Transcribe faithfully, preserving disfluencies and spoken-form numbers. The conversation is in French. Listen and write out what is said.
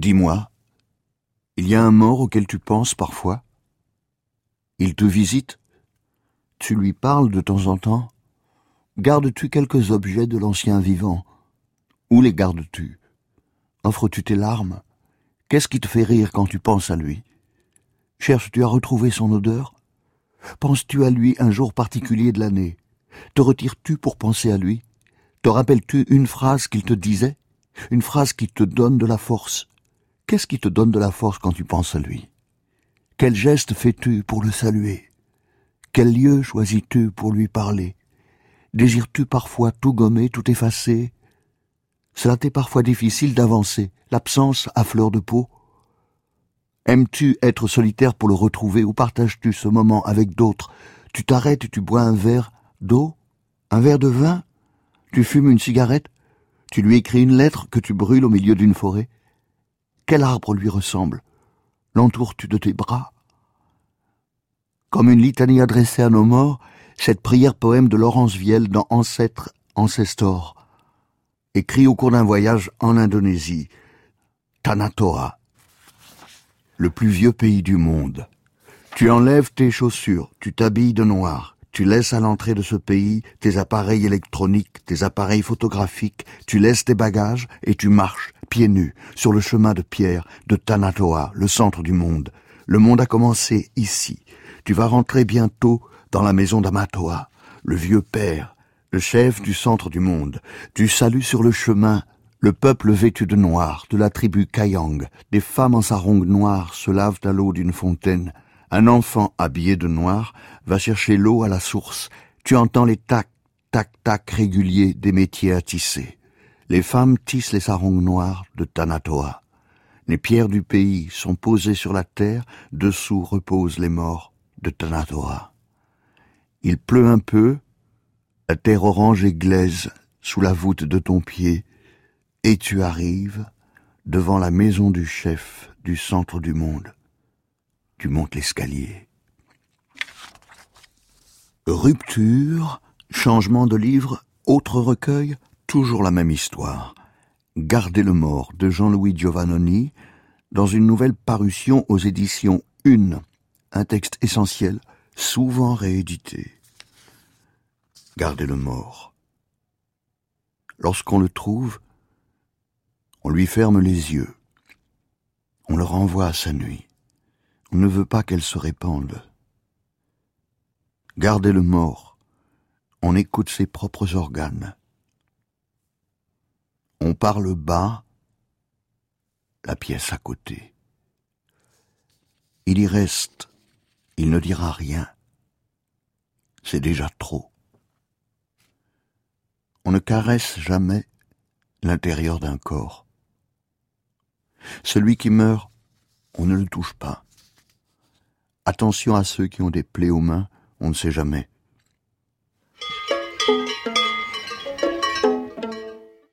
Dis-moi, il y a un mort auquel tu penses parfois? Il te visite? Tu lui parles de temps en temps? Gardes-tu quelques objets de l'ancien vivant? Où les gardes-tu? Offres-tu tes larmes? Qu'est-ce qui te fait rire quand tu penses à lui? Cherches-tu à retrouver son odeur? Penses-tu à lui un jour particulier de l'année? Te retires-tu pour penser à lui? Te rappelles-tu une phrase qu'il te disait? Une phrase qui te donne de la force? Qu'est-ce qui te donne de la force quand tu penses à lui? Quel geste fais-tu pour le saluer? Quel lieu choisis-tu pour lui parler? Désires-tu parfois tout gommer, tout effacer? Cela t'est parfois difficile d'avancer, l'absence à fleur de peau? Aimes-tu être solitaire pour le retrouver ou partages-tu ce moment avec d'autres? Tu t'arrêtes et tu bois un verre d'eau? Un verre de vin? Tu fumes une cigarette? Tu lui écris une lettre que tu brûles au milieu d'une forêt? Quel arbre lui ressemble? L'entoures-tu de tes bras? Comme une litanie adressée à nos morts, cette prière poème de Laurence Vielle dans Ancêtre, Ancestor, écrit au cours d'un voyage en Indonésie, Tanah Toa, le plus vieux pays du monde. Tu enlèves tes chaussures, tu t'habilles de noir, tu laisses à l'entrée de ce pays tes appareils électroniques, tes appareils photographiques, tu laisses tes bagages et tu marches, pieds nus, sur le chemin de pierre de Tanah Toa, le centre du monde. Le monde a commencé ici. Tu vas rentrer bientôt dans la maison d'Amatoa, le vieux père, le chef du centre du monde. Tu salues sur le chemin le peuple vêtu de noir, de la tribu Kayang. Des femmes en sarong noir se lavent à l'eau d'une fontaine. Un enfant habillé de noir va chercher l'eau à la source. Tu entends les tac, tac, tac réguliers des métiers à tisser. Les femmes tissent les sarongs noirs de Tanah Toa. Les pierres du pays sont posées sur la terre, dessous reposent les morts de Tanah Toa. Il pleut un peu, la terre orange et glaise sous la voûte de ton pied, et tu arrives devant la maison du chef du centre du monde. Tu montes l'escalier. Rupture, changement de livre, autre recueil, toujours la même histoire. Garder le mort de Jean-Louis Giovannoni, dans une nouvelle parution aux éditions Une, un texte essentiel, souvent réédité. Garder le mort. Lorsqu'on le trouve, on lui ferme les yeux. On le renvoie à sa nuit. On ne veut pas qu'elle se répande. Garder le mort, on écoute ses propres organes. On parle bas, la pièce à côté. Il y reste, il ne dira rien. C'est déjà trop. On ne caresse jamais l'intérieur d'un corps. Celui qui meurt, on ne le touche pas. Attention à ceux qui ont des plaies aux mains, on ne sait jamais.